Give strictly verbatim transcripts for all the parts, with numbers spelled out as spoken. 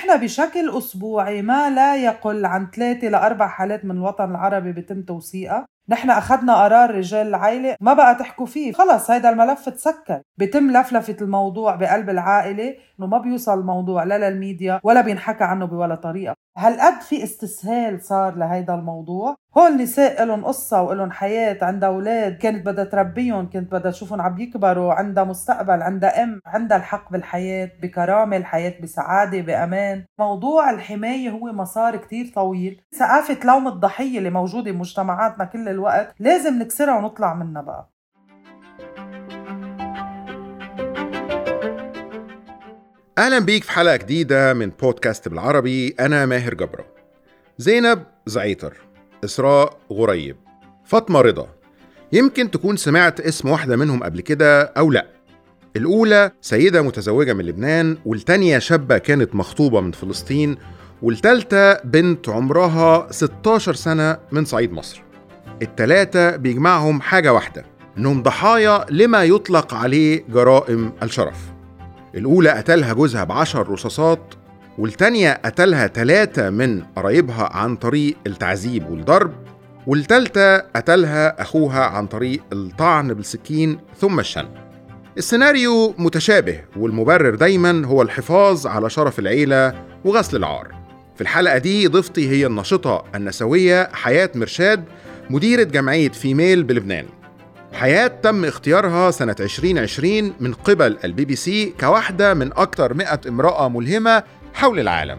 نحن بشكل أسبوعي ما لا يقل عن ثلاثة لأربع حالات من الوطن العربي بيتم توثيقها. نحن أخذنا قرار رجال العائلة ما بقى تحكوا فيه، خلص هيدا الملف تسكر. بيتم لفلفة الموضوع بقلب العائلة إنه ما بيوصل الموضوع لا للميديا ولا بينحكى عنه بولا طريقة. هالقد في استسهال صار لهيدا الموضوع. هول نساء لهم قصة ولهم حياة، عندها أولاد كانت بدها تربيهم، كانت بدها تشوفهم عم يكبروا، عندها مستقبل، عندها أم، عندها الحق بالحياة بكرامة، الحياة بسعادة بأمان. موضوع الحماية هو مسار كتير طويل. ثقافة لوم الضحية اللي موجودة بمجتمعاتنا كل الوقت لازم نكسرها ونطلع منها بقى. أهلا بيك في حلقة جديدة من بودكاست بالعربي. أنا ماهر جبرة. زينب زعيتر، إسراء غريب، فاطمة رضا، يمكن تكون سمعت اسم واحدة منهم قبل كده أو لأ. الأولى سيدة متزوجة من لبنان، والتانية شابة كانت مخطوبة من فلسطين، والتالتة بنت عمرها ستاشر سنة من صعيد مصر. التلاتة بيجمعهم حاجة واحدة، إنهم ضحايا لما يطلق عليه جرائم الشرف. الأولى قتلها جوزها بعشر رصاصات، والتانية قتلها ثلاثة من قرايبها عن طريق التعذيب والضرب، والتالتة قتلها أخوها عن طريق الطعن بالسكين ثم الشن. السيناريو متشابه، والمبرر دايما هو الحفاظ على شرف العيلة وغسل العار. في الحلقة دي ضيفتي هي الناشطة النسوية حياة مرشاد، مديرة جمعية فيميل بلبنان. حياة تم اختيارها سنة عشرين عشرين من قبل البي بي سي كواحدة من أكثر مئة امرأة ملهمة حول العالم.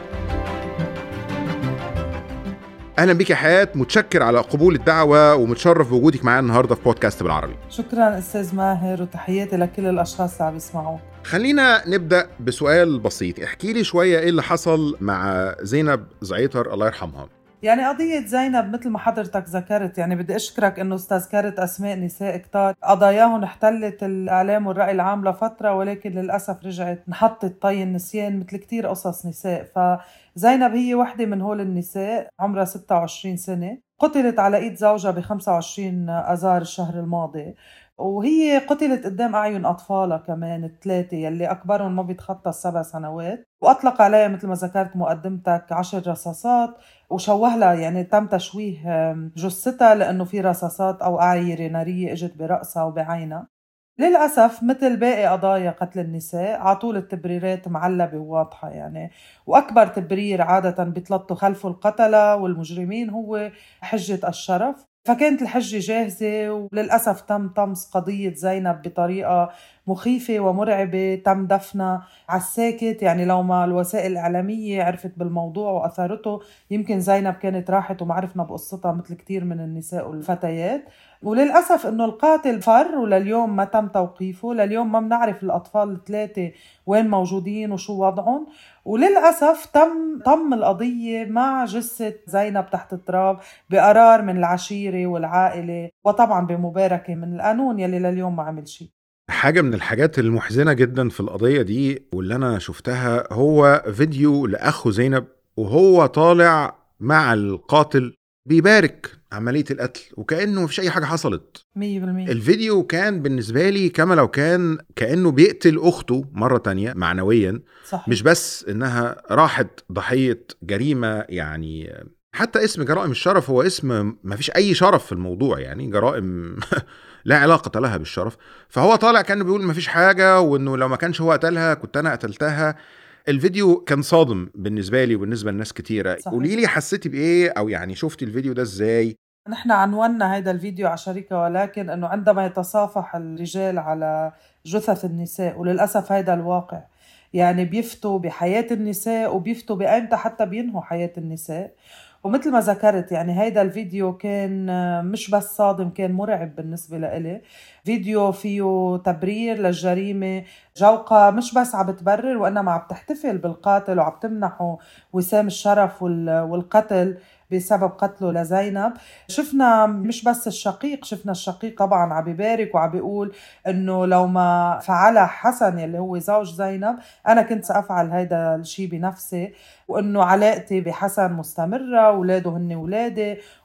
أهلا بك يا حياة، متشكر على قبول الدعوة ومتشرف بوجودك معنا النهاردة في بودكاست بالعربي. شكرا أستاذ ماهر، وتحياتي لكل الأشخاص اللي عم يسمعوا. خلينا نبدأ بسؤال بسيط. احكي لي شوية إيه اللي حصل مع زينب زعيتر الله يرحمها. يعني قضية زينب مثل ما حضرتك ذكرت، يعني بدي أشكرك إنه استذكرت أسماء نساء كتار قضاياهم احتلت الإعلام والرأي العام لفترة، ولكن للأسف رجعت نحطت طي النسيان مثل كتير قصص نساء. فزينب هي واحدة من هول النساء، عمرها ستة وعشرين سنة، قتلت على إيد زوجها ب خمسة وعشرين آذار الشهر الماضي، وهي قتلت قدام أعين أطفالها كمان الثلاثة يلي أكبرهم ما بيتخطى السبع سنوات، وأطلق عليها مثل ما ذكرت مقدمتك عشر رصاصات، وشوه لها يعني تم تشويه جثتها لأنه في رصاصات أو أعيرة نارية إجت برأسها وبعينها. للأسف مثل باقي قضايا قتل النساء عطول التبريرات معلبة وواضحة يعني، وأكبر تبرير عادة بيطلطوا خلفه القتلة والمجرمين هو حجة الشرف. فكانت الحجة جاهزة، وللأسف تم طمس قضية زينب بطريقة مخيفة ومرعبة. تم دفنها على الساكت، يعني لو ما الوسائل الإعلامية عرفت بالموضوع وأثارته يمكن زينب كانت راحت وما عرفنا بقصتها مثل كتير من النساء والفتيات. وللأسف إنه القاتل فر، ولليوم ما تم توقيفه. لليوم ما بنعرف الأطفال الثلاثة وين موجودين وشو وضعهم، وللأسف تم طم القضية مع جثة زينب تحت التراب بقرار من العشيرة والعائلة، وطبعا بمباركة من القانون يلي لليوم ما عمل شيء. حاجة من الحاجات المحزنة جدا في القضية دي واللي أنا شفتها هو فيديو لأخو زينب وهو طالع مع القاتل بيبارك عملية القتل وكأنه مفيش أي حاجة حصلت. مية بالمية الفيديو كان بالنسبة لي كما لو كان كأنه بيقتل أخته مرة تانية معنويا. صحيح. مش بس إنها راحت ضحية جريمة، يعني حتى اسم جرائم الشرف هو اسم مفيش أي شرف في الموضوع، يعني جرائم لا علاقة لها بالشرف. فهو طالع كأنه بيقول مفيش حاجة، وإنه لو ما كانش هو قتلها كنت أنا قتلتها. الفيديو كان صادم بالنسبة لي وبالنسبة لناس كتيرة. قولي لي حسيتي بإيه، أو يعني شفتي الفيديو ده إزاي؟ نحن عنواننا هيدا الفيديو على شركة، ولكن أنه عندما يتصافح الرجال على جثث النساء، وللأسف هيدا الواقع، يعني بيفتوا بحياة النساء وبيفتوا بأيمتى حتى بينهوا حياة النساء. ومثل ما ذكرت يعني هيدا الفيديو كان مش بس صادم، كان مرعب بالنسبة لإلي. فيديو فيه تبرير للجريمة، جوقة مش بس عم بتبرر وإنما عم تحتفل بالقاتل وعم تمنحه وسام الشرف والقتل بسبب قتله لزينب. شفنا مش بس الشقيق، شفنا الشقيق طبعا عم بيبارك وعم بيقول انه لو ما فعلها حسن يلي هو زوج زينب انا كنت سأفعل هيدا الشيء بنفسي، وانه علاقتي بحسن مستمرة، ولاده هن ولادي،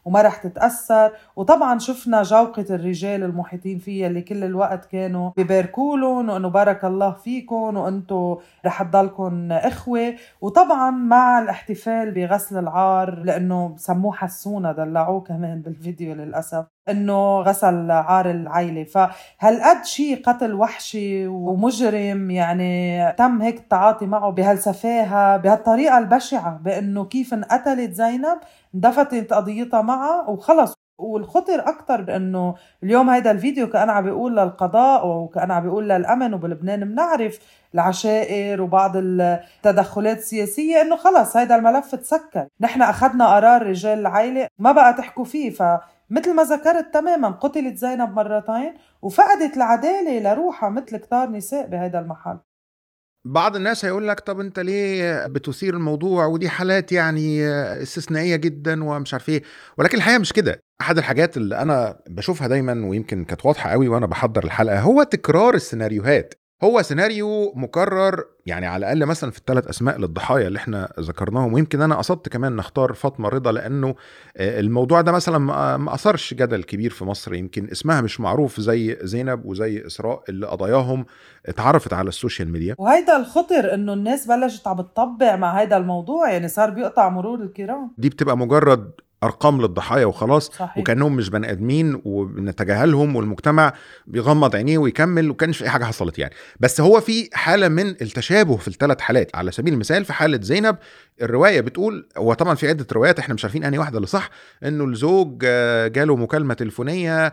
وما رح تتأثر. وطبعا شفنا جوقة الرجال المحيطين فيها اللي كل الوقت كانوا بيباركولن وأنه بارك الله فيكم وأنتوا رح تضلكن إخوة. وطبعا مع الاحتفال بغسل العار لأنه سموه حسونا دلعوه كمان بالفيديو للأسف إنه غسل عار العائلة. فهالقد شيء قتل وحشي ومجرم يعني تم هيك التعاطي معه بهالسفاهة بهالطريقة البشعة بأنه كيف انقتلت زينب اندفتت قضيتها معها وخلص. والخطر أكتر بأنه اليوم هيدا الفيديو كأنه عم بيقول للقضاء وكأنه عم بيقول للأمن. وبلبنان منعرف العشائر وبعض التدخلات السياسية إنه خلص هيدا الملف تسكر، نحن أخذنا قرار رجال العائلة ما بقى تحكوا فيه. فمثل ما ذكرت تماما قتلت زينب مرتين وفقدت العدالة لروحها مثل كتار نساء بهيدا المحل. بعض الناس هيقول لك طب انت ليه بتثير الموضوع ودي حالات يعني استثنائية جدا ومش عارف ايه، ولكن الحقيقة مش كده. احد الحاجات اللي انا بشوفها دايما ويمكن كانت واضحة قوي وانا بحضر الحلقة هو تكرار السيناريوهات. هو سيناريو مكرر يعني على الأقل مثلا في الثلاث أسماء للضحايا اللي احنا ذكرناهم. ويمكن أنا قصدت كمان نختار فاطمة رضا لأنه الموضوع ده مثلا ما أثرش جدل كبير في مصر، يمكن اسمها مش معروف زي زينب وزي إسراء اللي قضاياهم اتعرفت على السوشيال ميديا. وهيدا الخطر إنه الناس بلشت عم بتطبع مع هيدا الموضوع، يعني صار بيقطع مرور الكرام. دي بتبقى مجرد أرقام للضحايا وخلاص. صحيح. وكأنهم مش بني آدمين وبنتجاهلهم والمجتمع بيغمض عينيه ويكمل وكانش في أي حاجة حصلت يعني. بس هو في حالة من التشابه في الثلاث حالات. على سبيل المثال في حالة زينب الرواية بتقول، وطبعا في عدة روايات احنا مش عارفين أنهي واحدة اللي صح، إنه الزوج جاله مكالمة تلفونية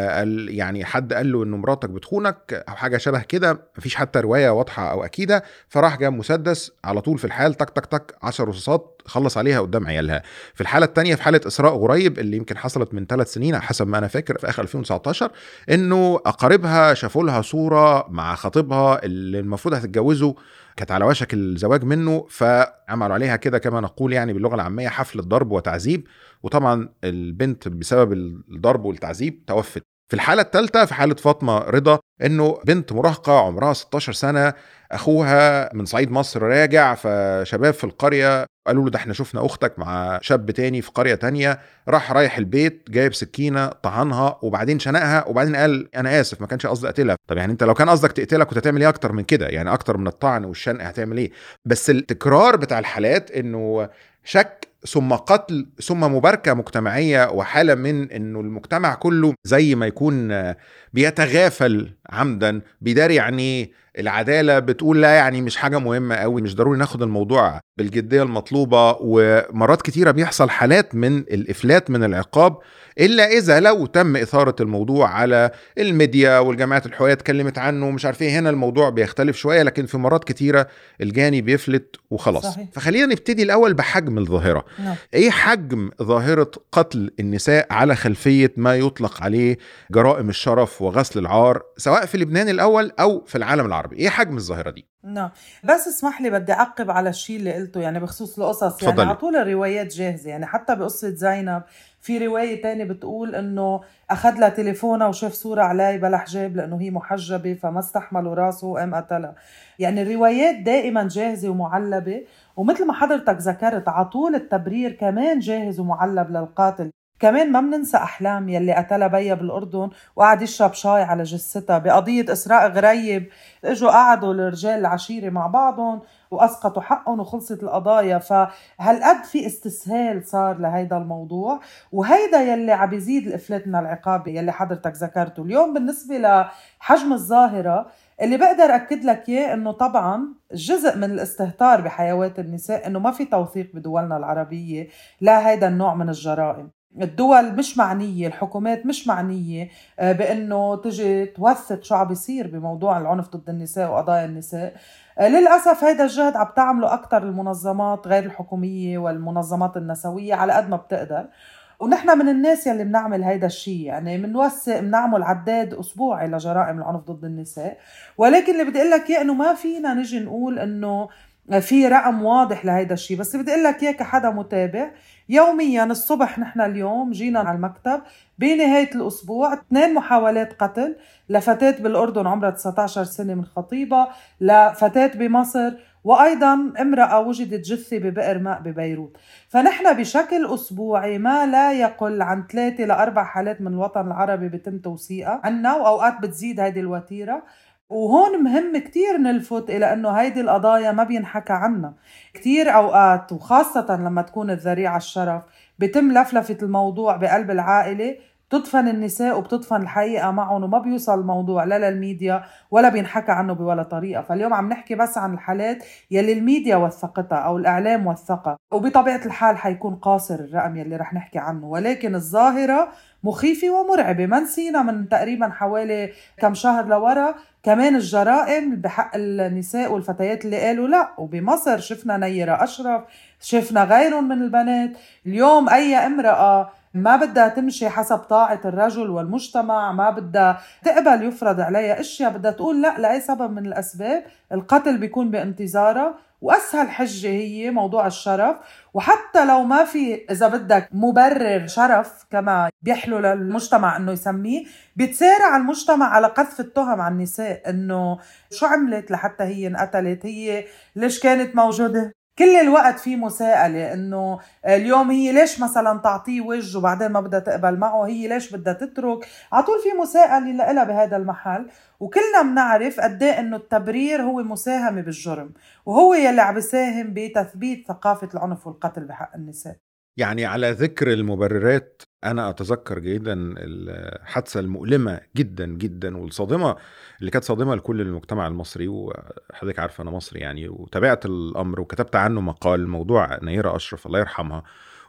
يعني حد قال له إنه مراتك بتخونك أو حاجة شبه كده، مفيش حتى رواية واضحة أو أكيدة. فراح جاب مسدس على طول في الحال تك تك تك عشر رصاصات خلص عليها قدام عيالها. في الحالة التانية في حالة إسراء غريب اللي يمكن حصلت من ثلاث سنين حسب ما أنا فاكر في آخر ألفين وتسعتاشر، إنه أقاربها شافوا لها صورة مع خطيبها اللي المفروض هتتجوزه، كانت على وشك الزواج منه، فعملوا عليها كده كما نقول يعني باللغة العامية حفلة ضرب وتعذيب. وطبعا البنت بسبب الضرب والتعذيب توفت. في الحالة الثالثة في حالة فاطمة رضا انه بنت مراهقة عمرها ستاشر سنة، اخوها من صعيد مصر راجع، فشباب في القرية قالوا له ده احنا شفنا اختك مع شاب تاني في قرية تانية. راح رايح البيت جايب سكينة طعنها وبعدين شنقها وبعدين قال انا اسف ما كانش قصدي اقتلها. طب يعني انت لو كان قصدك تقتلها كنت هتعمل ايه اكتر من كده؟ يعني اكتر من الطعن والشنق هتعمل ايه؟ بس التكرار بتاع الحالات انه شك ثم قتل ثم مباركة مجتمعية وحالة من انه المجتمع كله زي ما يكون بيتغافل عمدا بيداري يعني العدالة بتقول لا يعني مش حاجة مهمة قوي، مش ضروري ناخد الموضوع بالجدية المطلوبة. ومرات كتيرة بيحصل حالات من الإفلات من العقاب إلا إذا لو تم إثارة الموضوع على الميديا والجامعات الحقوقية اتكلمت عنه مش عارف ايه، هنا الموضوع بيختلف شوية، لكن في مرات كتيرة الجاني بيفلت وخلاص. صحيح. فخلينا نبتدي الأول بحجم الظاهرة. نعم. ايه حجم ظاهرة قتل النساء على خلفية ما يطلق عليه جرائم الشرف وغسل العار سواء في لبنان الأول أو في العالم العربي؟ ايه حجم الظاهرة دي؟ نعم. بس اسمح لي بدي أعقب على الشيء اللي قلته يعني بخصوص القصص. يعني على طول الروايات جاهزة، يعني حتى بقصة زينب في رواية تانية بتقول إنه أخذ لها تليفونها وشاف صورة عليه بلا حجاب لأنه هي محجبة فما استحملوا راسه وقام قتلها. يعني الروايات دائما جاهزة ومعلبة، ومثل ما حضرتك ذكرت عطول التبرير كمان جاهز ومعلب للقاتل. كمان ما مننسى أحلام يلي قتلها بيها بالأردن وقعد يشرب شاي على جثتها. بقضية إسراء غريب اجوا قعدوا الرجال العشيرة مع بعضهم وأسقطوا حقهم وخلصت القضايا. فهالقد في استسهال صار لهيدا الموضوع، وهيدا يلي عم يزيد الإفلات من العقاب يلي حضرتك ذكرته. اليوم بالنسبة لحجم الظاهرة اللي بقدر أكد لك إياه إنه طبعاً جزء من الاستهتار بحيوات النساء إنه ما في توثيق بدولنا العربية لا هيدا النوع من الجرائم. الدول مش معنية، الحكومات مش معنية بأنه تجي توثق شو عم بيصير بموضوع العنف ضد النساء وقضايا النساء. للأسف هيدا الجهد عم تعمله أكتر المنظمات غير الحكومية والمنظمات النسوية على قد ما بتقدر، ونحن من الناس يلي بنعمل هيدا الشيء. يعني منوثق بنعمل عداد أسبوعي لجرائم العنف ضد النساء، ولكن اللي بدي أقول لك إياه إنه ما فينا نجي نقول إنه في رقم واضح لهيدا الشيء. بس بدي أقول لك إياه كحدا متابع يوميا الصبح نحن اليوم جينا على المكتب بنهاية الأسبوع اثنين محاولات قتل لفتاة بالأردن عمرها تسعة عشر سنة من خطيبة، لفتاة بمصر وأيضا امرأة وجدت جثة ببئر ماء ببيروت. فنحن بشكل أسبوعي ما لا يقل عن ثلاثة لأربع حالات من الوطن العربي بتم توثيقها عنا، وأوقات بتزيد هيدي الوتيرة. وهون مهم كتير نلفت إلى أنه هيدي القضايا ما بينحكى عنها كتير أوقات، وخاصة لما تكون الذريعة الشرف بتم لفلفة الموضوع بقلب العائلة، تدفن النساء وبتدفن الحقيقة معهم، وما بيوصل الموضوع لا للميديا ولا بينحكى عنه بولا طريقة. فاليوم عم نحكي بس عن الحالات يلي الميديا وثقتها أو الإعلام وثقها، وبطبيعة الحال حيكون قاصر الرقم يلي رح نحكي عنه، ولكن الظاهرة مخيفة ومرعبة. ما نسينا من تقريبا حوالي كم شهر لورا كمان الجرائم بحق النساء والفتيات اللي قالوا لا، وبمصر شفنا نيرة أشرف، شفنا غيرهم من البنات. اليوم أي امرأة ما بدها تمشي حسب طاعة الرجل والمجتمع، ما بدها تقبل يفرض عليها اشياء، بدها تقول لا لأي سبب من الأسباب، القتل بيكون بانتظارها. وأسهل حجة هي موضوع الشرف، وحتى لو ما في إذا بدك مبرر شرف كما بيحلو للمجتمع أنه يسميه، بتسارع المجتمع على قذف التهم عن النساء، أنه شو عملت لحتى هي انقتلت، هي ليش كانت موجودة. كل الوقت في مساءلة أنه اليوم هي ليش مثلا تعطيه وجه وبعدين ما بدها تقبل معه، هي ليش بدها تترك، عطول في مساءلة لها بهذا المحل. وكلنا بنعرف قديه أنه التبرير هو مساهمة بالجرم، وهو يلي عم يساهم بتثبيت ثقافة العنف والقتل بحق النساء. يعني على ذكر المبررات، أنا أتذكر جيدا الحادثة المؤلمة جدا جدا والصادمة اللي كانت صادمة لكل المجتمع المصري، وحضرتك عارفة أنا مصري يعني، وتابعت الأمر وكتبت عنه مقال، موضوع نيرة أشرف الله يرحمها.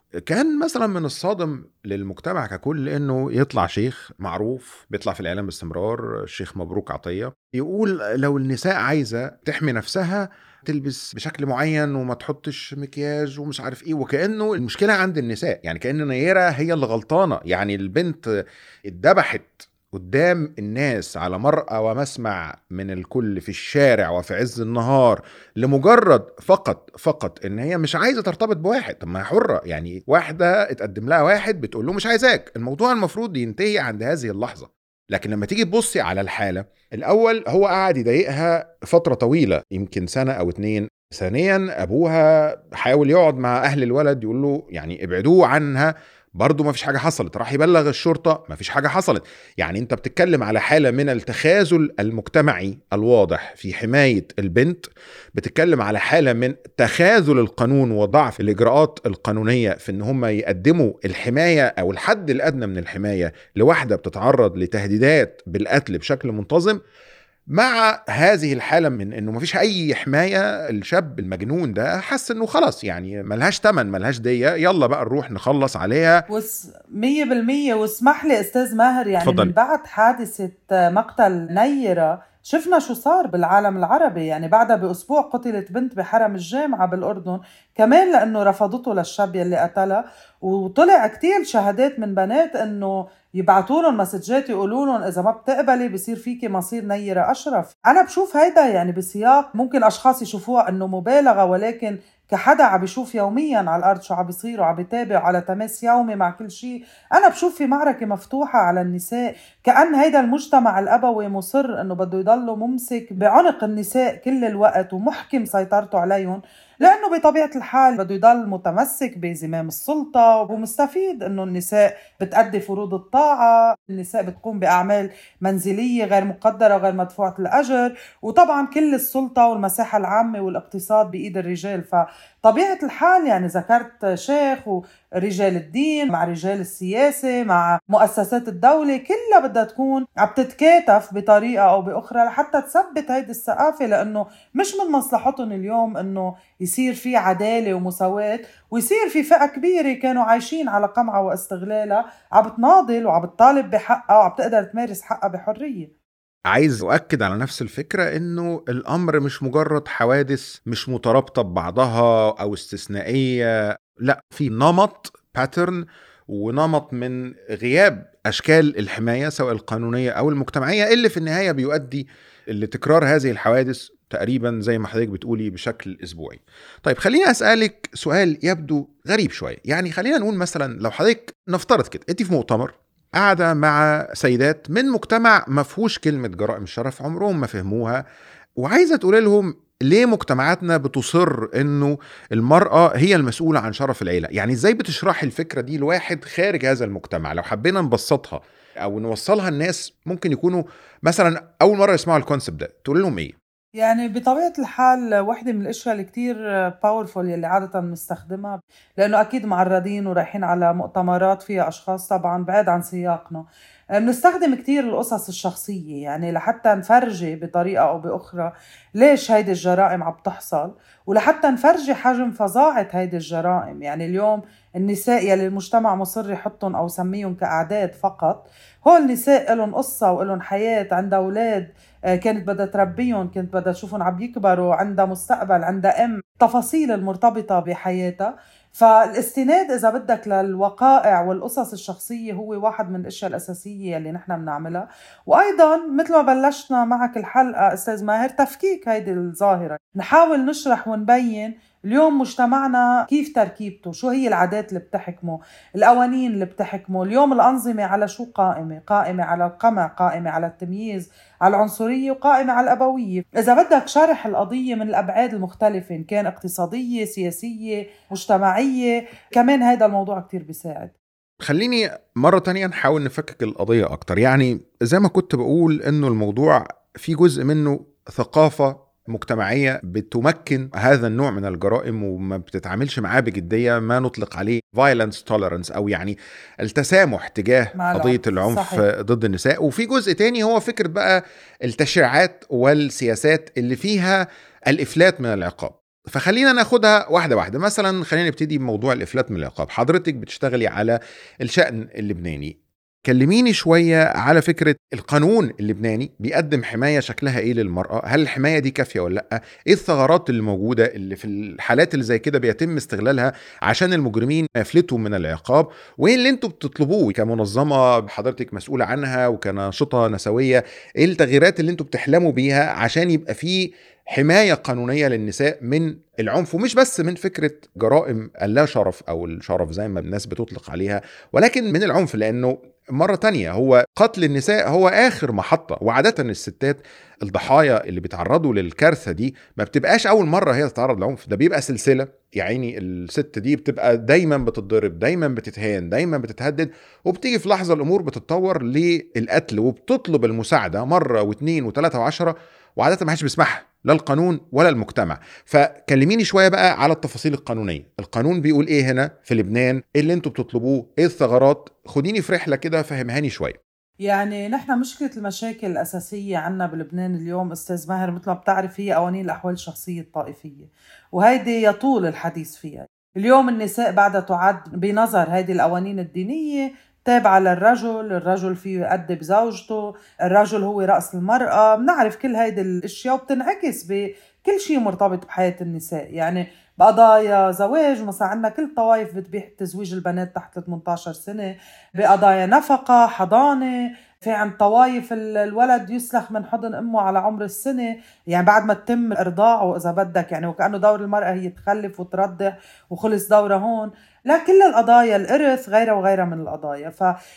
كان مثلا من الصادم للمجتمع ككل انه يطلع شيخ معروف بيطلع في الاعلام باستمرار، الشيخ مبروك عطية، يقول لو النساء عايزة تحمي نفسها تلبس بشكل معين وما تحطش مكياج ومش عارف ايه، وكأنه المشكلة عند النساء، يعني كأن نيرة هي اللي غلطانة. يعني البنت اتذبحت قدام الناس على مرأى ومسمع من الكل في الشارع وفي عز النهار لمجرد فقط فقط ان هي مش عايزة ترتبط بواحد. طب ما هي حرة، يعني واحدة اتقدم لها واحد بتقول له مش عايزاك، الموضوع المفروض ينتهي عند هذه اللحظة. لكن لما تيجي تبصي على الحالة، الأول هو قاعد يضايقها فترة طويلة يمكن سنة أو اتنين، ثانيا أبوها حاول يقعد مع أهل الولد يقول له يعني ابعدوه عنها، برضو ما فيش حاجة حصلت، راح يبلغ الشرطة ما فيش حاجة حصلت. يعني انت بتتكلم على حالة من التخاذل المجتمعي الواضح في حماية البنت، بتتكلم على حالة من تخاذل القانون وضعف الإجراءات القانونية في ان هم يقدموا الحماية او الحد الأدنى من الحماية لواحدة بتتعرض لتهديدات بالقتل بشكل منتظم، مع هذه الحالة من انه مفيش اي حماية. الشاب المجنون ده حس انه خلاص يعني ملهاش تمن ملهاش دية، يلا بقى نروح نخلص عليها وس مية بالمية. واسمح لي استاذ ماهر، يعني فضل. من بعد حادثة مقتل نيرة شفنا شو صار بالعالم العربي. يعني بعدها بأسبوع قتلت بنت بحرم الجامعة بالأردن، كمان لأنه رفضته للشاب يلي قتلها. وطلع كتير شهادات من بنات أنه يبعتوا لهم مسجات يقولوا لهم إذا ما بتقبلي بصير فيكي مصير نيرة أشرف. أنا بشوف هيدا يعني بسياق ممكن أشخاص يشوفوها أنه مبالغة، ولكن كحدا عم بيشوف يوميا على الأرض شو عم بيصير وعم بيتابع على تماس يومي مع كل شيء، أنا بشوف في معركة مفتوحة على النساء. كأن هيدا المجتمع الأبوي مصر أنه بده يضله ممسك بعنق النساء كل الوقت ومحكم سيطرته عليهم، لأنه بطبيعة الحال بده يضل متمسك بزمام السلطة ومستفيد أنه النساء بتأدي فروض الطاعة، النساء بتقوم بأعمال منزلية غير مقدرة غير مدفوعة الأجر، وطبعا كل السلطة والمساحة العامة والاقتصاد بإيد الرجال. فطبيعة الحال يعني ذكرت شيخ ورجال الدين مع رجال السياسة مع مؤسسات الدولة كلها بدها تكون عم تتكاتف بطريقة أو بأخرى لحتى تثبت هيدي الثقافة، لأنه مش من مصلحتهم اليوم أنه يصير في عدالة ومساواة ويصير في فئة كبيرة كانوا عايشين على قمعة واستغلالها عم بتناضل وعم بتطالب بحقها وعم تقدر تمارس حقها بحرية. عايز أؤكد على نفس الفكرة إنه الأمر مش مجرد حوادث مش مترابطة ببعضها أو استثنائية، لا، في نمط باترن ونمط من غياب أشكال الحماية سواء القانونية أو المجتمعية اللي في النهاية بيؤدي لتكرار هذه الحوادث تقريبا زي ما حضرتك بتقولي بشكل أسبوعي. طيب خليني أسألك سؤال يبدو غريب شوية، يعني خلينا نقول مثلا لو حضرتك نفترض كده أنت في مؤتمر قاعدة مع سيدات من مجتمع مفهوش كلمة جرائم الشرف، عمرهم ما فهموها، وعايزة تقول لهم ليه مجتمعاتنا بتصر انه المرأة هي المسؤولة عن شرف العيلة. يعني ازاي بتشرح الفكرة دي لواحد خارج هذا المجتمع؟ لو حبينا نبسطها او نوصلها الناس ممكن يكونوا مثلا اول مرة يسمعوا الكونسبت ده، تقول لهم ايه؟ يعني بطبيعة الحال واحدة من الاشياء اللي كتير باورفول يلي عادة بنستخدمها، لانه اكيد معرضين ورايحين على مؤتمرات فيها اشخاص طبعا بعيد عن سياقنا، بنستخدم كتير القصص الشخصية يعني لحتى نفرجي بطريقة او باخرى ليش هيدي الجرائم عم تحصل، ولحتى نفرجي حجم فظاعة هيدي الجرائم. يعني اليوم النساء يلي المجتمع مصر يحطهم او سميهم كأعداد فقط، هول النساء لهم قصة ولهم حياة، عندها أولاد كانت بدها تربيهم، كانت بدها تشوفهم عم يكبروا، عندها مستقبل، عندها أم، تفاصيل المرتبطة بحياتها. فالاستناد إذا بدك للوقائع والقصص الشخصية هو واحد من الأشياء الأساسية اللي نحن بنعملها. وأيضا مثل ما بلشنا معك الحلقة أستاذ ماهر، تفكيك هيدي الظاهرة، نحاول نشرح ونبين اليوم مجتمعنا كيف تركيبته، شو هي العادات اللي بتحكمه، القوانين اللي بتحكمه. اليوم الأنظمة على شو قائمة؟ قائمة على القمع، قائمة على التمييز، على العنصرية، وقائمة على الأبوية. إذا بدك شرح القضية من الأبعاد المختلفة إن كان اقتصادية، سياسية، مجتمعية، كمان هذا الموضوع كتير بيساعد. خليني مرة تانية نحاول نفكك القضية أكتر. يعني زي ما كنت بقول إنه الموضوع في جزء منه ثقافة مجتمعية بتمكن هذا النوع من الجرائم وما بتتعاملش معاه بجدية، ما نطلق عليه violence tolerance أو يعني التسامح تجاه قضية العنف صحيح. ضد النساء. وفي جزء تاني هو فكرة بقى التشريعات والسياسات اللي فيها الإفلات من العقاب. فخلينا ناخدها واحدة واحدة. مثلا خلينا نبتدي بموضوع الإفلات من العقاب. حضرتك بتشتغلي على الشأن اللبناني، كلميني شوية على فكرة القانون اللبناني بيقدم حماية شكلها ايه للمرأة؟ هل الحماية دي كافية ولا لأ؟ ايه الثغرات اللي موجودة اللي في الحالات اللي زي كده بيتم استغلالها عشان المجرمين يفلتوا من العقاب؟ وايه اللي انتوا بتطلبوه كمنظمة حضرتك مسؤولة عنها وكناشطة نسوية؟ ايه التغييرات اللي انتوا بتحلموا بيها عشان يبقى فيه حماية قانونية للنساء من العنف، ومش بس من فكرة جرائم اللا شرف أو الشرف زي ما الناس بتطلق عليها، ولكن من العنف؟ لأنه مرة تانية هو قتل النساء هو آخر محطة، وعادة الستات الضحايا اللي بيتعرضوا للكارثة دي ما بتبقاش أول مرة هي تتعرض للعنف، ده بيبقى سلسلة. يعني الست دي بتبقى دايما بتتضرب، دايما بتتهان، دايما بتتهدد، وبتيجي في لحظة الأمور بتتطور للقتل، وبتطلب المساعدة مرة واثنين وثلاثة وعشرة، وعادة ما حدش بيسمعها، لا القانون ولا المجتمع. فكلميني شوية بقى على التفاصيل القانونية. القانون بيقول ايه هنا في لبنان؟ ايه اللي انتوا بتطلبوه؟ ايه الثغرات؟ خديني في رحلة كده فهمهاني شوية. يعني نحن مشكلة المشاكل الأساسية عنا بلبنان اليوم أستاذ ماهر مثل ما بتعرف هي قوانين الأحوال الشخصية الطائفية، وهيدي يطول الحديث فيها. اليوم النساء بعدها تعد بنظر هيدي القوانين الدينية تابعة للرجل، الرجل فيه يؤدب زوجته، الرجل هو رأس المرأة، بنعرف كل هيدي الاشياء وبتنعكس بكل شيء مرتبط بحياة النساء. يعني بقضايا زواج مثلا عندنا كل الطوائف بتبيح تزويج البنات تحت ثمانية عشر سنة، بقضايا نفقة، حضانة، في عند طوائف الولد يسلخ من حضن أمه على عمر السنة، يعني بعد ما تتم إرضاعه إذا بدك، يعني وكأنه دور المرأة هي تخلف وترضع وخلص دورها هون. لا، كل القضايا، الإرث، غيرها وغيرها من القضايا.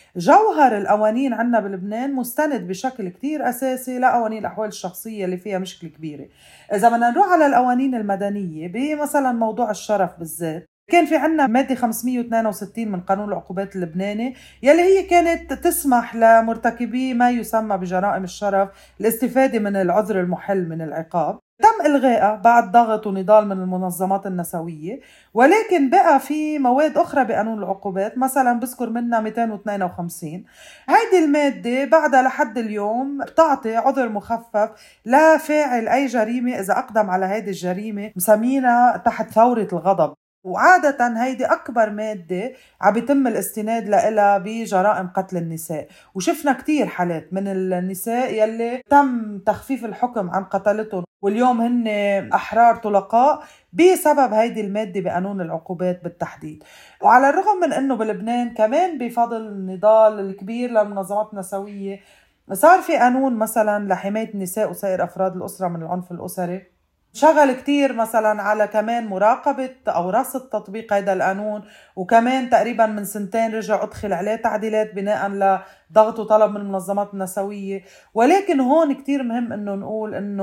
فجوهر القوانين عنا بلبنان مستند بشكل كتير أساسي لقوانين الأحوال الشخصية اللي فيها مشكلة كبيرة. إذا بدنا نروح على القوانين المدنية بمثلا موضوع الشرف بالذات، كان في عنا مادة خمسمية واثنين وستين من قانون العقوبات اللبناني يلي هي كانت تسمح لمرتكبي ما يسمى بجرائم الشرف الاستفادة من العذر المحل من العقاب. تم إلغائها بعد ضغط ونضال من المنظمات النسوية، ولكن بقى في مواد أخرى بقانون العقوبات، مثلا بذكر منها مئتين واثنين وخمسين. هيدي المادة بعدها لحد اليوم بتعطي عذر مخفف لفاعل أي جريمة إذا أقدم على هيدي الجريمة، مسمينها تحت ثورة الغضب. وعادة هيدي أكبر مادة عم بيتم الاستناد لها بجرائم قتل النساء، وشفنا كتير حالات من النساء يلي تم تخفيف الحكم عن قتلتهم واليوم هن أحرار طلقاء بسبب هيدي المادة بقانون العقوبات بالتحديد. وعلى الرغم من أنه بلبنان كمان بفضل النضال الكبير للمنظمات النسوية صار في قانون مثلا لحماية النساء وسائر أفراد الأسرة من العنف الأسري، شغل كتير مثلا على كمان مراقبة أو رصد تطبيق هذا القانون، وكمان تقريبا من سنتين رجع أدخل عليه تعديلات بناء لضغط وطلب من المنظمات النسوية. ولكن هون كتير مهم أنه نقول أنه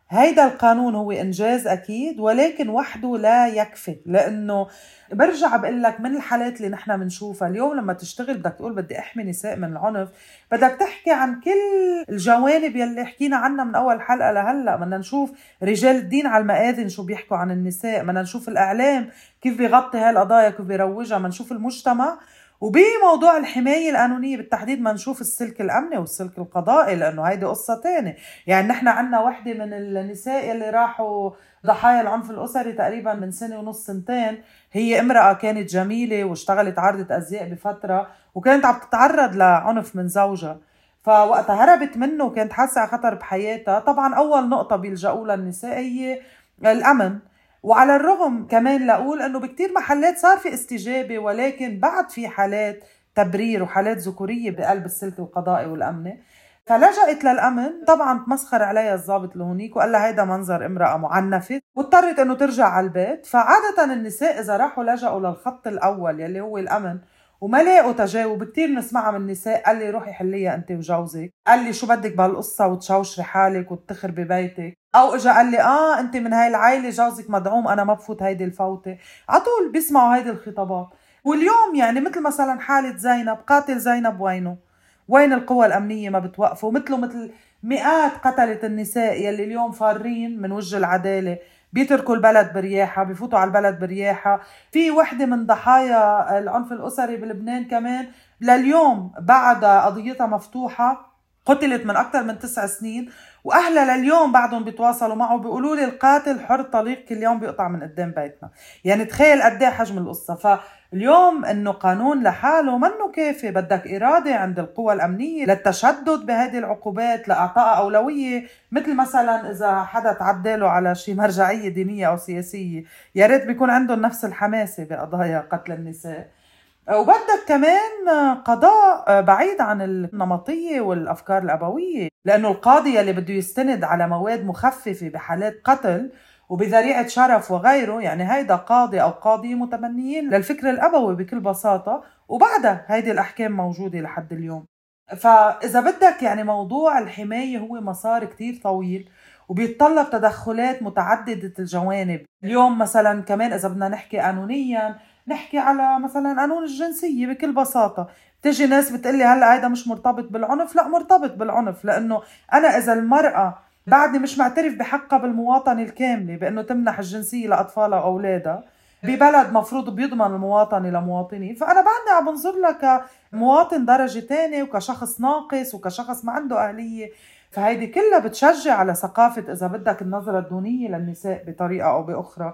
هيدا القانون هو إنجاز أكيد، ولكن وحده لا يكفي، لأنه برجع بقول لك من الحالات اللي نحن بنشوفها اليوم لما تشتغل بدك تقول بدي أحمي نساء من العنف، بدك تحكي عن كل الجوانب يلي حكينا عنها من أول حلقة لهلأ. بدنا نشوف رجال الدين على المآذن شو بيحكوا عن النساء، بدنا نشوف الإعلام كيف بيغطي هالقضايا كيف بيروجها، بدنا نشوف المجتمع، وبموضوع الحماية القانونية بالتحديد ما نشوف السلك الأمني والسلك القضائي، لأنه هيدي قصة تانية. يعني نحن عنا وحدة من النساء اللي راحوا ضحايا العنف الأسري تقريبا من سنة ونص سنتين، هي امرأة كانت جميلة واشتغلت عارضة أزياء بفترة، وكانت عم تتعرض لعنف من زوجها، فوقتها هربت منه وكانت حاسة على خطر بحياتها. طبعا أول نقطة بيلجأوا للنساء هي الأمن، وعلى الرغم كمان لأقول أنه بكتير محلات صار في استجابة، ولكن بعد في حالات تبرير وحالات ذكورية بقلب السلك القضائي والأمني، فلجأت للأمن. طبعا تمسخر عليها الضابط لهونيك وقال لها هيدا منظر امرأة معنفة، واضطرت أنه ترجع على البيت. فعادة النساء إذا راحوا لجأوا للخط الأول يلي هو الأمن وما لاقوا تجاوب، كتير نسمعها من النساء قال لي روحي حليها أنت وجوزك، قال لي شو بدك بهالقصة وتشوشري حالك وتخربي ببيتك، أو إجا قال لي آه أنت من هاي العائلة جوزك مدعوم أنا ما بفوت هيدي الفوتة. عطول بيسمعوا هيدي الخطابات. واليوم يعني مثل مثلا حالة زينب، قاتل زينب وينه؟ وين القوى الأمنية ما بتوقفوا؟ مثله مثل مئات قتلت النساء يلي اليوم فارين من وجه العدالة، بيتركوا البلد برياحة، بيفوتوا على البلد برياحة. في وحدة من ضحايا العنف الأسري بلبنان كمان لليوم بعد قضيتها مفتوحة، قتلت من أكثر من تسع سنين، وأهلها لليوم بعدهم بيتواصلوا معه بيقولوا لي القاتل حر طليق كل يوم بيقطع من قدام بيتنا. يعني تخيل قد ايه حجم القصة. فاليوم إنه قانون لحاله منه كافي، بدك إرادة عند القوى الأمنية للتشدد بهذه العقوبات، لإعطاء أولوية. مثل مثلا إذا حدا تعداله على شي مرجعية دينية أو سياسية، يا ريت بيكون عندهم نفس الحماسة بقضايا قتل النساء. وبدك كمان قضاء بعيد عن النمطية والأفكار الأبوية، لأنه القاضي اللي بده يستند على مواد مخففة بحالات قتل وبذريعة شرف وغيره، يعني هيدا قاضي أو قاضية متبنيين للفكر الأبوي بكل بساطة، وبعدها هيدي الأحكام موجودة لحد اليوم. فإذا بدك يعني موضوع الحماية هو مسار كتير طويل وبيتطلب تدخلات متعددة الجوانب. اليوم مثلا كمان إذا بدنا نحكي قانونيا، نحكي على مثلا قانون الجنسية بكل بساطة. تجي ناس بتقلي هلأ هيدا مش مرتبط بالعنف، لا مرتبط بالعنف، لأنه أنا إذا المرأة بعدني مش معترف بحقها بالمواطنة الكاملة بأنه تمنح الجنسية لأطفالها وأولادها ببلد مفروض بيضمن المواطنة لمواطنين، فأنا بعدني عم بنظر لها كمواطن درجة تانية وكشخص ناقص وكشخص ما عنده أهلية. فهيدي كلها بتشجع على ثقافة إذا بدك النظرة الدونية للنساء بطريقة أو بأخرى.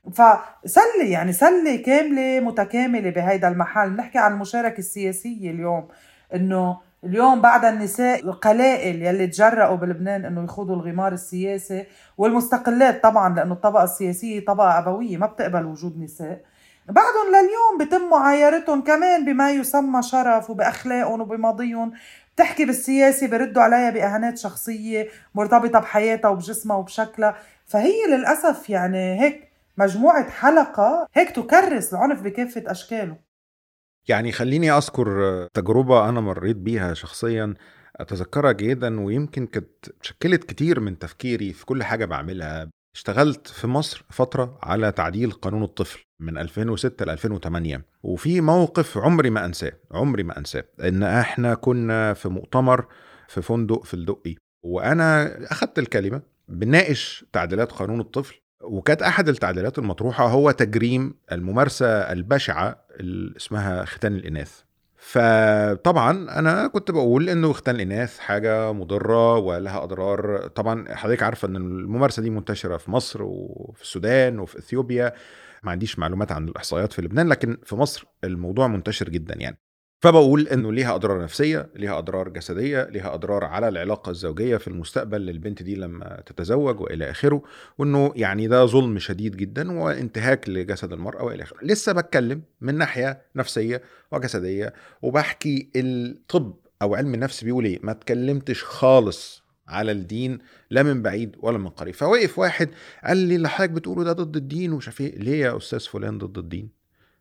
فسلي يعني سلي كاملة متكاملة بهيدا المحل. نحكي عن المشاركة السياسية اليوم، إنه اليوم بعد النساء القلائل يلي تجرأوا بلبنان إنه يخوضوا الغمار السياسي، والمستقلات طبعا لأنه الطبقة السياسية طبقة أبوية ما بتقبل وجود نساء، بعدهم لليوم بتم معايرتهم كمان بما يسمى شرف وبأخلاقهم وبماضيهم. بتحكي بالسياسي بردوا عليها بإهانات شخصية مرتبطة بحياتها وبجسمها وبشكلها. فهي للأسف يعني هيك مجموعة حلقة هيك تكرس العنف بكافة أشكاله. يعني خليني أذكر تجربة أنا مريت بيها شخصيا أتذكرها جيدا، ويمكن كانت شكلت كتير من تفكيري في كل حاجة بعملها. اشتغلت في مصر فترة على تعديل قانون الطفل من ألفين وستة ل ألفين وثمانية، وفي موقف عمري ما أنساه عمري ما أنساه إن إحنا كنا في مؤتمر في فندق في الدقي، وأنا أخذت الكلمة بناقش تعديلات قانون الطفل، وكانت أحد التعديلات المطروحة هو تجريم الممارسة البشعة اللي اسمها ختان الإناث. فطبعا أنا كنت بقول إنه ختان الإناث حاجة مضرة ولها أضرار. طبعا حضرتك عارفة إن الممارسة دي منتشرة في مصر وفي السودان وفي إثيوبيا، ما عنديش معلومات عن الإحصائيات في لبنان، لكن في مصر الموضوع منتشر جدا يعني. فبقول إنه ليها أضرار نفسية، ليها أضرار جسدية، ليها أضرار على العلاقة الزوجية في المستقبل للبنت دي لما تتزوج وإلى آخره، وإنه يعني ده ظلم شديد جدا وانتهاك لجسد المرأة وإلى آخره. لسه بتكلم من ناحية نفسية وجسدية وبحكي الطب أو علم النفس بيقول إيه، ما تكلمتش خالص على الدين لا من بعيد ولا من قريب. فوقف واحد قال لي اللي حضرتك بتقوله ده ضد الدين ومش عارف ايه. ليه يا أستاذ فلان ضد الدين؟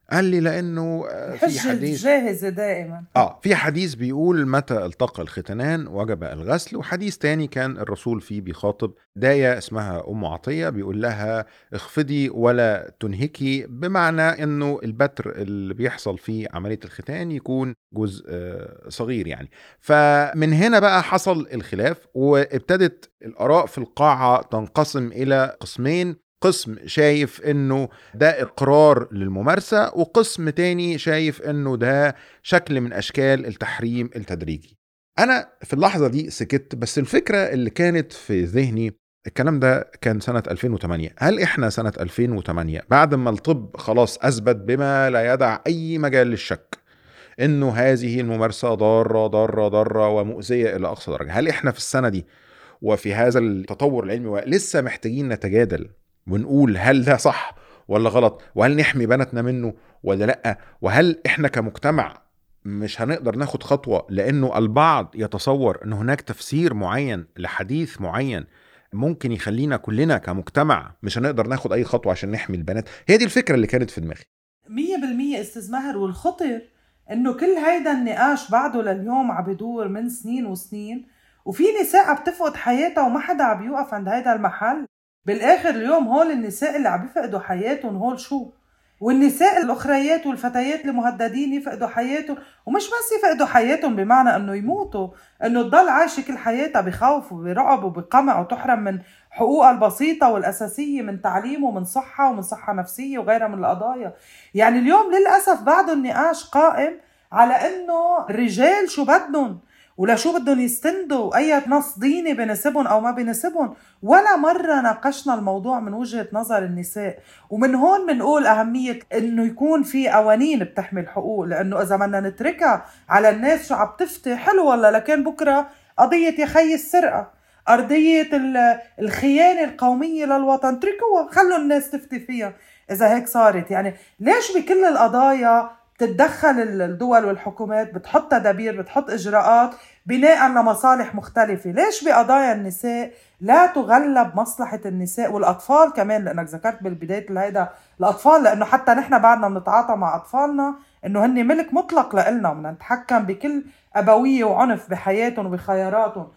قال لي لأنه في حديث جاهزة دائما. آه في حديث بيقول متى التقى الختانان وجب الغسل، وحديث تاني كان الرسول فيه بيخاطب داية اسمها أم عطية بيقول لها اخفضي ولا تنهكي، بمعنى أنه البتر اللي بيحصل في عملية الختان يكون جزء صغير يعني. فمن هنا بقى حصل الخلاف، وابتدت الآراء في القاعة تنقسم إلى قسمين. قسم شايف انه ده اقرار للممارسة، وقسم تاني شايف انه ده شكل من اشكال التحريم التدريجي. انا في اللحظة دي سكت، بس الفكرة اللي كانت في ذهني الكلام ده كان سنة ألفين وثمانية. هل احنا سنة ألفين وثمانية بعد ما الطب خلاص اثبت بما لا يدع اي مجال للشك انه هذه الممارسة ضارة ضارة ضارة ومؤذية الى اقصى درجة، هل احنا في السنة دي وفي هذا التطور العلمي ولسه محتاجين نتجادل ونقول هل ده صح ولا غلط، وهل نحمي بناتنا منه ولا لأ، وهل احنا كمجتمع مش هنقدر ناخد خطوة لأنه البعض يتصور أن هناك تفسير معين لحديث معين ممكن يخلينا كلنا كمجتمع مش هنقدر ناخد أي خطوة عشان نحمي البنات؟ هي دي الفكرة اللي كانت في دماغي. مية بالمية استاذ ماهر، والخطر أنه كل هيدا النقاش بعده لليوم عم بدور من سنين وسنين، وفي نساء عم تفقد حياتها وما حدا عم بيوقف عند هيدا المحل. بالآخر اليوم هول النساء اللي عم يفقدوا حياتهم هول شو؟ والنساء الأخريات والفتيات المهددين يفقدوا حياتهم، ومش بس يفقدوا حياتهم بمعنى أنه يموتوا، أنه تضل عايشة كل حياتها بخوف وبرعب وبقمع، وتحرم من حقوقها البسيطة والأساسية من تعليم ومن صحة ومن صحة نفسية وغيرها من القضايا. يعني اليوم للأسف بعد النقاش قائم على أنه الرجال شو بدهم ولا شو بدهم يستندوا، أي نص ديني بنسبهم أو ما بنسبهم. ولا مرة ناقشنا الموضوع من وجهة نظر النساء. ومن هون بنقول أهمية إنه يكون في قوانين بتحمي الحقوق، لأنه إذا بدنا نتركها على الناس شو عم تفتي حلو والله، لكن بكرة قضية يا خي السرقة، أرضية الخيانة القومية للوطن، تركوها خلوا الناس تفتي فيها إذا هيك صارت. يعني ليش بكل القضايا بتتدخل الدول والحكومات، بتحط تدابير، بتحط إجراءات بناء لمصالح مختلفة؟ ليش بقضايا النساء لا تغلب مصلحة النساء والأطفال كمان؟ لأنك ذكرت بالبداية هيدا الأطفال، لأنه حتى نحن بعدنا بنتعاطى مع أطفالنا إنه هن ملك مطلق لإلنا، ومن نتحكم بكل أبوية وعنف بحياتهم وبخياراتهم.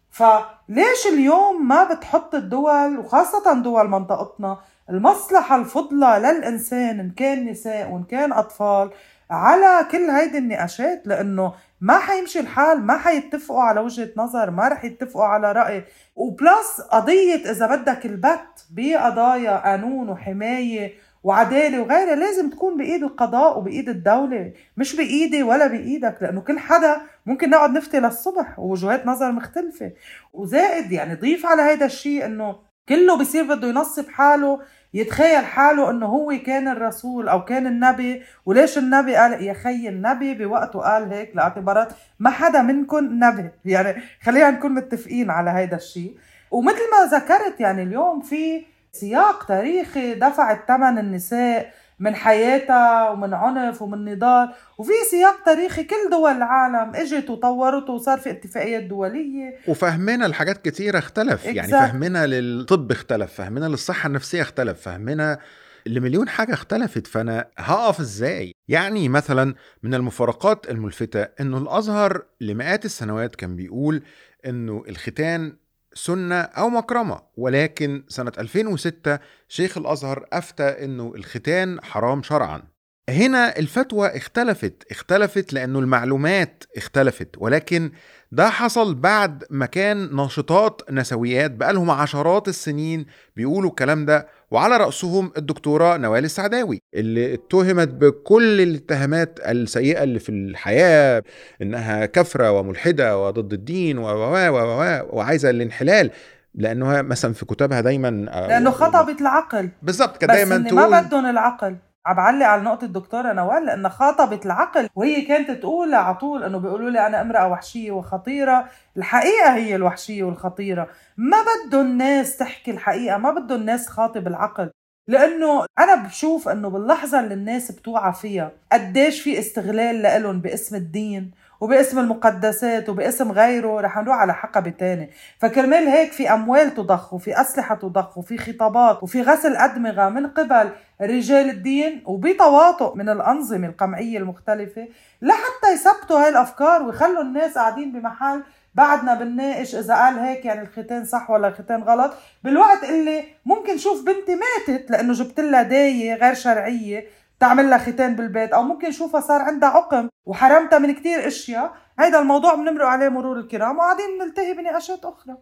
فليش اليوم ما بتحط الدول وخاصة دول منطقتنا المصلحة الفضلى للإنسان إن كان نساء وإن كان أطفال على كل هيدي النقاشات؟ لأنه ما حيمشي الحال، ما حيتفقوا على وجهة نظر، ما رح يتفقوا على رأي. وبلاس قضية إذا بدك البت بقضايا قانون وحماية وعدالة وغيرها لازم تكون بإيد القضاء وبإيد الدولة، مش بإيدي ولا بإيدك، لأنه كل حدا ممكن نقعد نفتي للصبح ووجهات نظر مختلفة. وزائد يعني ضيف على هيدا الشيء إنه كله بيصير بده ينصب حاله، يتخيل حاله انه هو كان الرسول او كان النبي. وليش النبي قال؟ يا خي النبي بوقته قال هيك لاعتبارات ما حدا منكم نبي. يعني خلينا نكون متفقين على هيدا الشيء. ومثل ما ذكرت يعني اليوم في سياق تاريخي دفعت ثمن النساء من حياتها ومن عنف ومن نضال، وفي سياق تاريخي كل دول العالم اجت وطورت وصار في اتفاقيات دولية، وفهمنا الحاجات كتيرة اختلف. exactly. يعني فهمنا للطب اختلف، فهمنا للصحة النفسية اختلف، فهمنا لمليون حاجة اختلفت. فأنا هقف ازاي؟ يعني مثلا من المفارقات الملفتة انه الازهر لمئات السنوات كان بيقول انه الختان سنة أو مكرمة، ولكن سنة ألفين وستة شيخ الأزهر أفتى أنه الختان حرام شرعا. هنا الفتوى اختلفت اختلفت لأنه المعلومات اختلفت، ولكن ده حصل بعد ما كان ناشطات نسويات بقالهم عشرات السنين بيقولوا الكلام ده، وعلى رأسهم الدكتورة نوال السعداوي اللي اتهمت بكل الاتهامات السيئة اللي في الحياة، إنها كفرة وملحدة وضد الدين و و و وعايزة الانحلال، لأنها مثلا في كتابها دايما لأنه خطبت العقل. بالضبط كده دايما تقول ما بدهم العقل. عم بعلق على نقطة الدكتورة نوال لأنها خاطبت العقل، وهي كانت تقول على طول أنه بيقولوا لي أنا امرأة وحشية وخطيرة. الحقيقة هي الوحشية والخطيرة، ما بدهم الناس تحكي الحقيقة، ما بدهم الناس خاطب العقل. لأنه أنا بشوف أنه باللحظة اللي الناس بتوعى فيها قديش في استغلال لهم باسم الدين وباسم المقدسات وباسم غيره رح نروح على حقبة تاني. فكرمال هيك في أموال تضخ وفي أسلحة تضخ وفي خطابات وفي غسل أدمغة من قبل رجال الدين وبتواطؤ من الأنظمة القمعية المختلفة لحتى يثبتوا هاي الأفكار ويخلوا الناس قاعدين بمحل بعدنا بنناقش إذا قال هيك يعني الختان صح ولا الختان غلط، بالوقت اللي ممكن شوف بنتي ماتت لأنه جبت لها داية غير شرعية تعمل لها ختان بالبيت، أو ممكن شوفها صار عندها عقم وحرمتها من كتير أشياء. هيدا الموضوع بنمرق عليه مرور الكرام وقاعدين نلتهي بنقاشات أخرى.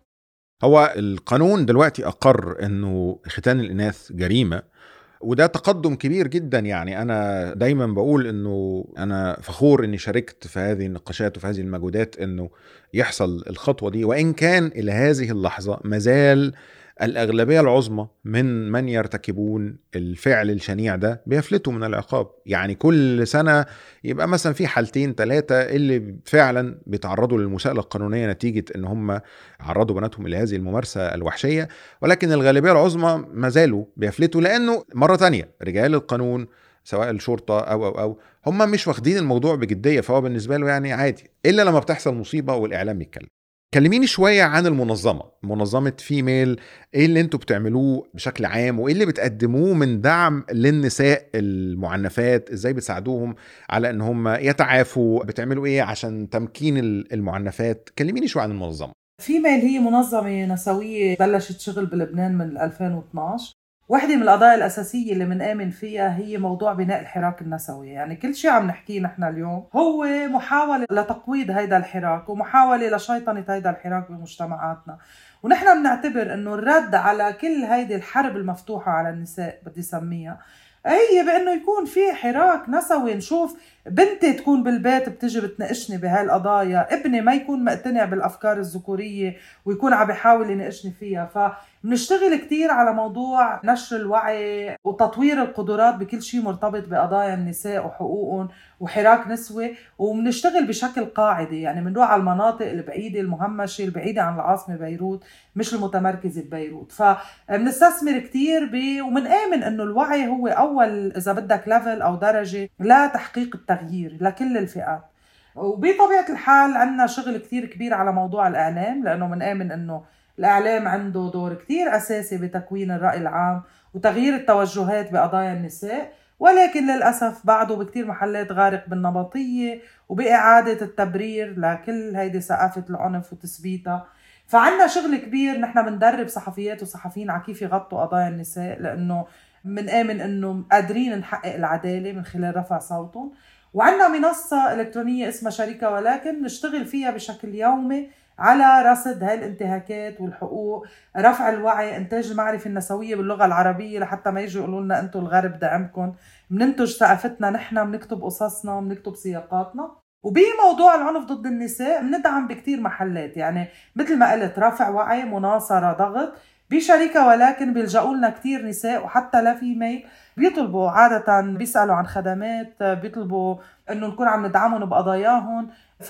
هو القانون دلوقتي أقر أنه ختان الإناث جريمة، وده تقدم كبير جدا. يعني أنا دايما بقول أنه أنا فخور أني شاركت في هذه النقاشات وفي هذه المجهودات أنه يحصل الخطوة دي، وإن كان إلى هذه اللحظة مازال الأغلبية العظمى من من يرتكبون الفعل الشنيع ده بيفلتوا من العقاب. يعني كل سنة يبقى مثلا في حالتين ثلاثة اللي فعلا بيتعرضوا للمساءلة القانونية نتيجة ان هم عرضوا بناتهم إلى هذه الممارسة الوحشية، ولكن الغالبية العظمى ما زالوا بيفلتوا، لأنه مرة تانية رجال القانون سواء الشرطة أو أو أو هم مش واخدين الموضوع بجدية، فهو بالنسبة له يعني عادي، إلا لما بتحصل مصيبة والإعلام يتكلم. كلميني شوية عن المنظمة، منظمة فيميل، ايه اللي انتوا بتعملوه بشكل عام وايه اللي بتقدموه من دعم للنساء المعنفات؟ ازاي بتساعدوهم على ان هم يتعافوا؟ بتعملوا ايه عشان تمكين المعنفات؟ كلميني شوية عن المنظمة. فيميل هي منظمة نسوية بلشت شغل بلبنان من ألفين واثناشر. واحدة من القضايا الأساسية اللي منآمن فيها هي موضوع بناء الحراك النسوي. يعني كل شيء عم نحكيه نحن اليوم هو محاولة لتقويض هيدا الحراك ومحاولة لشيطنة هيدا الحراك بمجتمعاتنا، ونحن بنعتبر أنه الرد على كل هيدي الحرب المفتوحة على النساء بدي سميها هي بأنه يكون في حراك نسوي. نشوف بنتي تكون بالبيت بتجي بتناقشني بهاي القضايا، ابني ما يكون مقتنع بالأفكار الذكورية ويكون عم بيحاول يناقشني فيها. فبنشتغل كتير على موضوع نشر الوعي وتطوير القدرات بكل شيء مرتبط بقضايا النساء وحقوقهم وحراك نسوي، وبنشتغل بشكل قاعدي. يعني بنروح على المناطق البعيدة المهمشة البعيدة عن العاصمة بيروت مش المتمركزة ببيروت. فبنستثمر كتير ب... ومنآمن انه الوعي هو اول اذا بدك ليفل او درجة لتحقيق التغيير لكل الفئات. وبطبيعة الحال عنا شغل كتير كبير على موضوع الإعلام، لأنه منآمن أنه الإعلام عنده دور كتير أساسي بتكوين الرأي العام وتغيير التوجهات بقضايا النساء، ولكن للأسف بعده بكتير محلات غارق بالنمطية وبإعادة التبرير لكل هيدي ثقافة العنف وتثبيتها. فعنا شغل كبير، نحن بندرب صحفيات وصحفيين على كيف يغطوا قضايا النساء، لأنه منآمن أنه قادرين نحقق العدالة من خلال رفع صوتهم. وعندنا منصة إلكترونية اسمها شركة ولكن نشتغل فيها بشكل يومي على رصد هاي الانتهاكات والحقوق، رفع الوعي، إنتاج المعرفة النسوية باللغة العربية لحتى ما يجوا يقولوا لنا أنتوا الغرب دعمكم. مننتج ثقافتنا نحن، منكتب قصصنا، منكتب سياقاتنا. وبموضوع العنف ضد النساء بندعم بكتير محلات، يعني مثل ما قلت رفع وعي، مناصرة، ضغط بشركة ولكن بيلجأوا لنا كتير نساء وحتى لا فيميل بيطلبوا عادة، بيسألوا عن خدمات، بيطلبوا انه نكون عم ندعمهم بقضاياهم،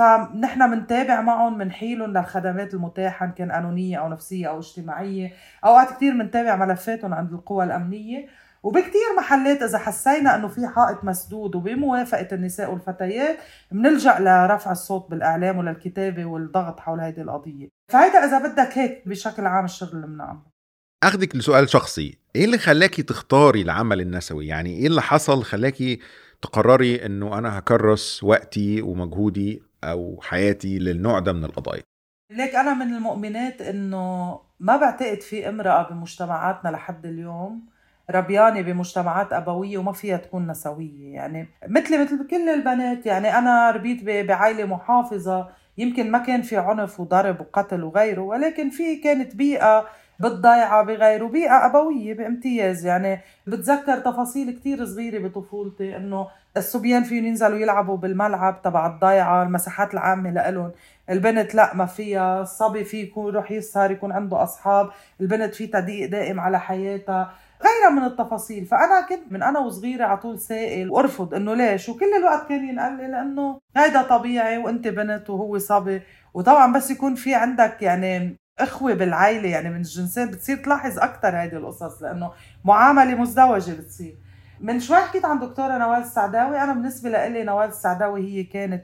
فنحن منتابع معهم، منحيلهم للخدمات المتاحة إن كان قانونية او نفسية او اجتماعية. اوقات كتير منتابع ملفاتهم عند القوى الامنية. وبكتير محلات إذا حسينا أنه في حائط مسدود وبموافقة النساء والفتيات منلجأ لرفع الصوت بالإعلام وللكتابة والضغط حول هذه القضية. فهيدا إذا بدك هيك بشكل عام الشغل اللي بنعمله. أخذك لسؤال شخصي، إيه اللي خلاكي تختاري العمل النسوي؟ يعني إيه اللي حصل خلاكي تقرري أنه أنا هكرس وقتي ومجهودي أو حياتي للنوع ده من القضايا؟ ليك أنا من المؤمنات أنه ما بعتقد في امرأة بمجتمعاتنا لحد اليوم ربيانة بمجتمعات أبوية وما فيها تكون نسوية. يعني مثل مثل كل البنات، يعني أنا ربيت بعائلة محافظة، يمكن ما كان في عنف وضرب وقتل وغيره، ولكن في كانت بيئة بالضيعة بغيره، بيئة أبوية بامتياز. يعني بتذكر تفاصيل كتير صغيرة بطفولتي أنه الصبيان فيهم ينزلوا يلعبوا بالملعب تبع الضيعة، المساحات العامة لألون، البنت لا ما فيها. الصبي فيه يكون روح يسهر، يكون عنده أصحاب، البنت فيه تضييق دائم على حياتها، غيرها من التفاصيل. فأنا كنت من أنا وصغيرة عطول سائل وأرفض أنه ليش، وكل الوقت كان ينقل لي لأنه هيدا طبيعي وأنت بنت وهو صبي. وطبعا بس يكون في عندك يعني إخوة بالعائلة يعني من الجنسين بتصير تلاحظ أكتر هيدي القصص، لأنه معاملة مزدوجة بتصير. من شوي حكيت عن دكتورة نوال السعداوي. أنا بالنسبة لي نوال السعداوي هي كانت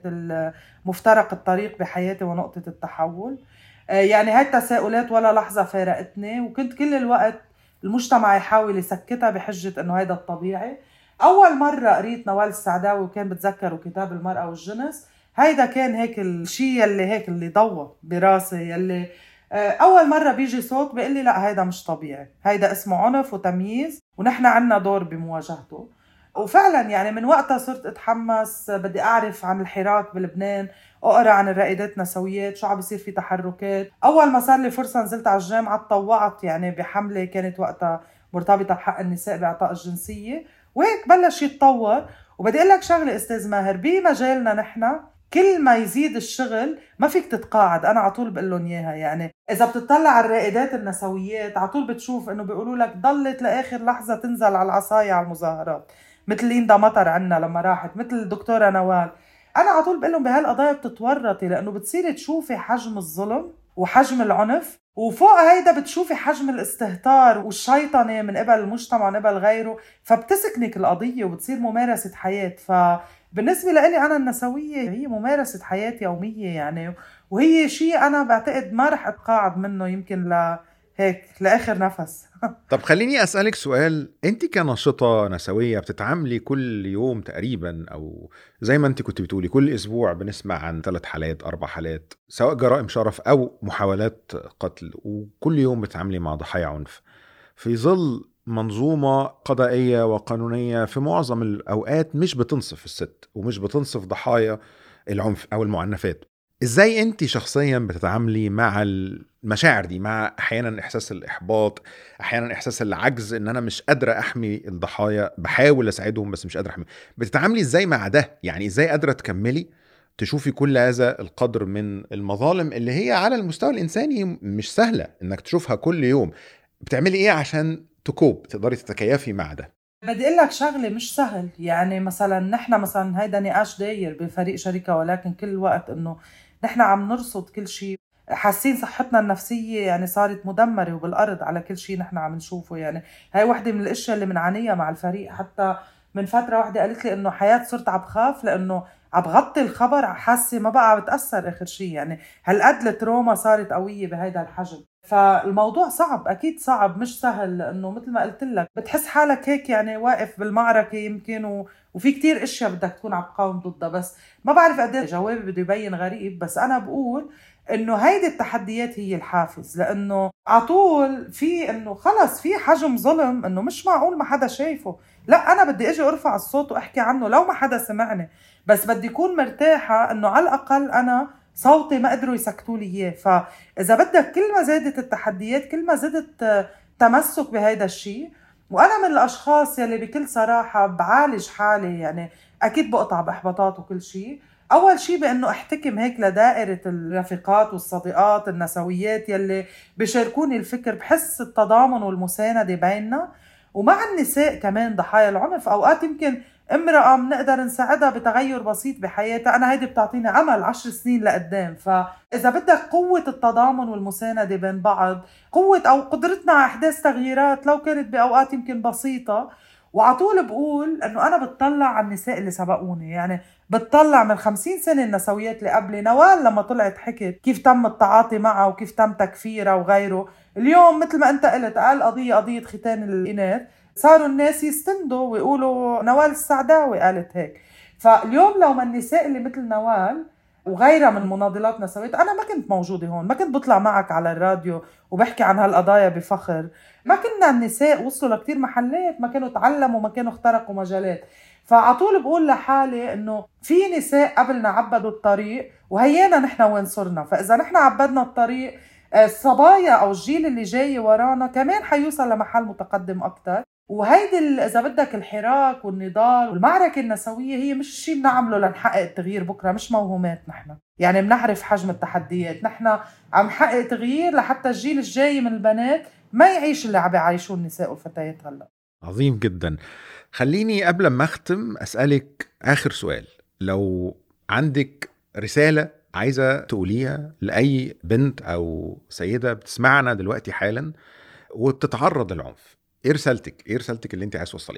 مفترق الطريق بحياتي ونقطة التحول. يعني هاي التساؤلات ولا لحظة فارقتني، وكنت كل الوقت المجتمع يحاول يسكتها بحجة إنه هيدا الطبيعي. أول مرة قريت نوال السعداوي وكان بتذكروا كتاب المرأة والجنس، هيدا كان هيك الشيء اللي هيك اللي ضوى براسي، يلي أول مرة بيجي صوت بيقول لي لا هيدا مش طبيعي، هيدا اسمه عنف وتمييز ونحن عنا دور بمواجهته. وفعلا يعني من وقتها صرت أتحمس، بدي أعرف عن الحراك بلبنان، أقرأ عن الرائدات النسويات، شو عم بيصير في تحركات. أول ما صار لي فرصة نزلت على الجامعة تطوعت يعني بحملة كانت وقتها مرتبطة بحق النساء بإعطاء الجنسية، وهيك بلش يتطور. وبدي أقول لك شغلة أستاذ ماهر، بمجالنا نحن كل ما يزيد الشغل ما فيك تتقاعد. أنا عطول بقول لهم إياها، يعني إذا بتطلع على الرائدات النسويات عطول بتشوف إنه بيقولوا لك ضلت لآخر لحظة تنزل على العصاية على المظاهرات، مثل ليندا مطر عنا لما راحت، مثل الدكتورة نوال. أنا عطول بقول لهم بهالقضايا بتتورطي، لأنه بتصيري تشوفي حجم الظلم وحجم العنف، وفوق هيدا بتشوفي حجم الاستهتار والشيطنة من قبل المجتمع ومن قبل غيره، فبتسكنك القضية وبتصير ممارسة حياة. فبالنسبة لي أنا النسوية هي ممارسة حياة يومية يعني، وهي شيء أنا بعتقد ما رح أتقاعد منه يمكن ل هيك لآخر نفس. طب خليني أسألك سؤال، أنت كناشطة نسوية بتتعاملي كل يوم تقريبا، أو زي ما أنت كنت بتقولي كل أسبوع بنسمع عن ثلاث حالات أربع حالات سواء جرائم شرف أو محاولات قتل، وكل يوم بتتعاملي مع ضحايا عنف في ظل منظومة قضائية وقانونية في معظم الأوقات مش بتنصف الست ومش بتنصف ضحايا العنف أو المعنفات. ازاي انت شخصيا بتتعاملي مع المشاعر دي، مع احيانا احساس الاحباط، احيانا احساس العجز ان انا مش قادره احمي الضحايا، بحاول اساعدهم بس مش قادره احمي؟ بتتعاملي ازاي مع ده؟ يعني ازاي قادره تكملي تشوفي كل هذا القدر من المظالم اللي هي على المستوى الانساني مش سهله انك تشوفها كل يوم؟ بتعملي ايه عشان تكوب تقدري تتكيفي مع ده؟ بدي اقول لك شغله مش سهل. يعني مثلا نحن مثلا هيدا نقاش داير بفريق شركه، ولكن كل وقت انه نحن عم نرصد كل شيء، حاسين صحتنا النفسيه يعني صارت مدمره وبالارض على كل شيء نحن عم نشوفه. يعني هاي وحده من الاشياء اللي بنعانيها مع الفريق. حتى من فتره واحده قالت لي انه حياه صرت عم بخاف لانه عم بغطي الخبر، حاسه ما بقى بتاثر اخر شيء. يعني هالقد التروما صارت قويه بهيدا الحجم. فالموضوع صعب، اكيد صعب مش سهل، لانه مثل ما قلت لك بتحس حالك هيك يعني واقف بالمعركه يمكن، و... وفي كتير اشياء بدك تكون عم تقاوم ضدها. بس ما بعرف قد ايه جوابي بده يبين غريب، بس انا بقول انه هيدي التحديات هي الحافز، لانه عطول في انه خلص في حجم ظلم انه مش معقول ما حدا شايفه. لا انا بدي اجي ارفع الصوت واحكي عنه لو ما حدا سمعني، بس بدي اكون مرتاحه انه على الاقل انا صوتي ما قدروا يسكتوا لي اياه. فاذا بدك كل ما زادت التحديات كل ما زدت تمسك بهيدا الشيء. وانا من الاشخاص يلي بكل صراحه بعالج حالي، يعني اكيد بقطع باحباطات وكل شيء. اول شيء بانه احتكم هيك لدائره الرفيقات والصديقات النسويات يلي بيشاركوني الفكر، بحس التضامن والمسانده بيننا. ومع النساء كمان ضحايا العنف، اوقات يمكن امرأة بنقدر نساعدها بتغير بسيط بحياتها، أنا هيدي بتعطيني أمل عشر سنين لقدام. فإذا بدك قوة التضامن والمساندة بين بعض، قوة أو قدرتنا على إحداث تغييرات لو كانت بأوقات يمكن بسيطة. وعطول بقول أنه أنا بتطلع على النساء اللي سبقوني، يعني بتطلع من خمسين سنة النسويات اللي قبلي. نوال لما طلعت حكت كيف تم التعاطي معها وكيف تم تكفيرها وغيره. اليوم مثل ما أنت قلت قال قضية قضية ختان الإناث، صاروا الناس يستندوا ويقولوا نوال السعداوي قالت هيك. فاليوم لو ما النساء اللي مثل نوال وغيرها من مناضلات نسويات، أنا ما كنت موجودة هون، ما كنت بطلع معك على الراديو وبحكي عن هالقضايا بفخر، ما كنا النساء وصلوا لكتير محلات، ما كانوا تعلموا، ما كانوا اخترقوا مجالات. فعطول بقول لحالي إنه في نساء قبلنا عبدوا الطريق وهيانا نحن وين صرنا. فإذا نحن عبدنا الطريق، الصبايا أو الجيل اللي جاي ورانا كمان حيوصل لمحل متقدم أكتر. وهيدي إذا بدك الحراك والنضال والمعركة النسوية هي مش شيء بنعمله لنحقق التغيير بكرة، مش موهومات. نحن يعني بنعرف حجم التحديات، نحن عم نحقق تغيير لحتى الجيل الجاي من البنات ما يعيش اللي عم يعيشوا النساء والفتيات هلا. عظيم جدا. خليني قبل ما أختم أسألك آخر سؤال، لو عندك رسالة عايزة تقوليها لأي بنت أو سيدة بتسمعنا دلوقتي حالا وبتتعرض للعنف، ايه رسالتك؟ ايه رسالتك اللي انت عايز توصليها؟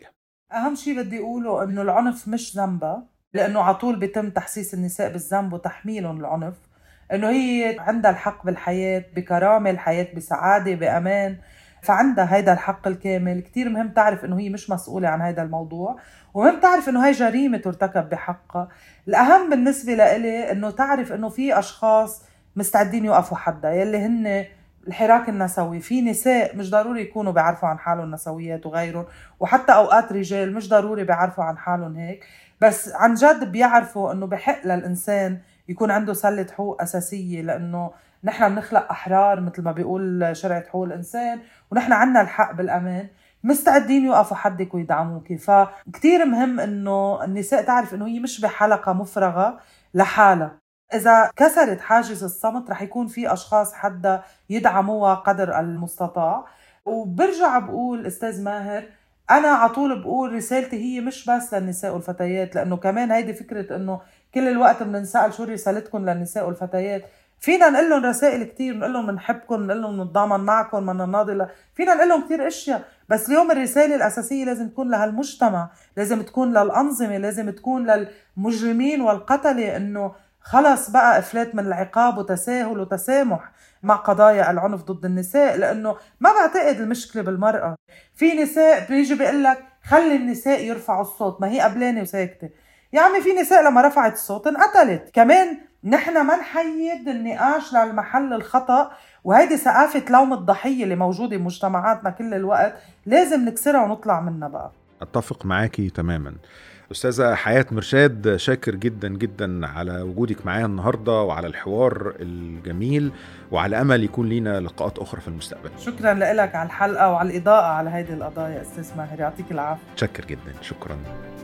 أهم شيء بدي أقوله إنه العنف مش ذنبها، لأنه عطول بيتم تحسيس النساء بالذنب وتحميلهم العنف، إنه هي عندها الحق بالحياة بكرامة، الحياة بسعادة بأمان، فعندها هيدا الحق الكامل. كتير مهم تعرف إنه هي مش مسؤولة عن هيدا الموضوع، ومهم تعرف إنه هاي جريمة ترتكب بحقها. الأهم بالنسبة لإلي إنه تعرف إنه في أشخاص مستعدين يوقفوا حدها، يلي هن الحراك النسوي. في نساء مش ضروري يكونوا بيعرفوا عن حالهم نسويات وغيرهم، وحتى أوقات رجال مش ضروري بيعرفوا عن حالهم هيك، بس عن جد بيعرفوا إنه بحق للإنسان يكون عنده سلة حقوق أساسية، لأنه نحن بنخلق أحرار مثل ما بيقول شرعة حقوق الإنسان، ونحن عنا الحق بالأمان. مستعدين يوقفوا حدك ويدعموك. فكتير مهم إنه النساء تعرف إنه هي مش بحلقة مفرغة لحالها. إذا كسرت حاجز الصمت رح يكون في أشخاص حدا يدعموها قدر المستطاع. وبرجع بقول أستاذ ماهر، أنا عطول بقول رسالتي هي مش بس للنساء والفتيات، لأنه كمان هيدي فكرة إنه كل الوقت بنسأل شو رسالتكم للنساء والفتيات. فينا نقول لهم رسائل كتير، نقول لهم بنحبكم، نقول لهم نتضامن معكم، بدنا نناضل، فينا نقول لهم كتير اشياء، بس اليوم الرساله الاساسيه لازم تكون لهالمجتمع، لازم تكون للانظمه، لازم تكون للمجرمين والقتله، انه خلص بقى افلات من العقاب وتساهل وتسامح مع قضايا العنف ضد النساء. لانه ما بعتقد المشكله بالمراه. في نساء بيجي بيقول لك خلي النساء يرفعوا الصوت، ما هي قبلانه وساكته. يا عمي في نساء لما رفعت الصوت انقتلت. كمان نحن ما نحيد النقاش للمحل الخطأ، وهيدي ثقافة لوم الضحية اللي موجودة بمجتمعاتنا كل الوقت لازم نكسرها ونطلع منها بقى. أتفق معاكي تماما. أستاذة حياة مرشاد، شاكر جدا جدا على وجودك معايا النهاردة وعلى الحوار الجميل، وعلى أمل يكون لنا لقاءات أخرى في المستقبل. شكرا لك على الحلقة وعلى الإضاءة على هذه القضايا أستاذ ماهر، يعطيك العافية. شاكر جدا، شكرا.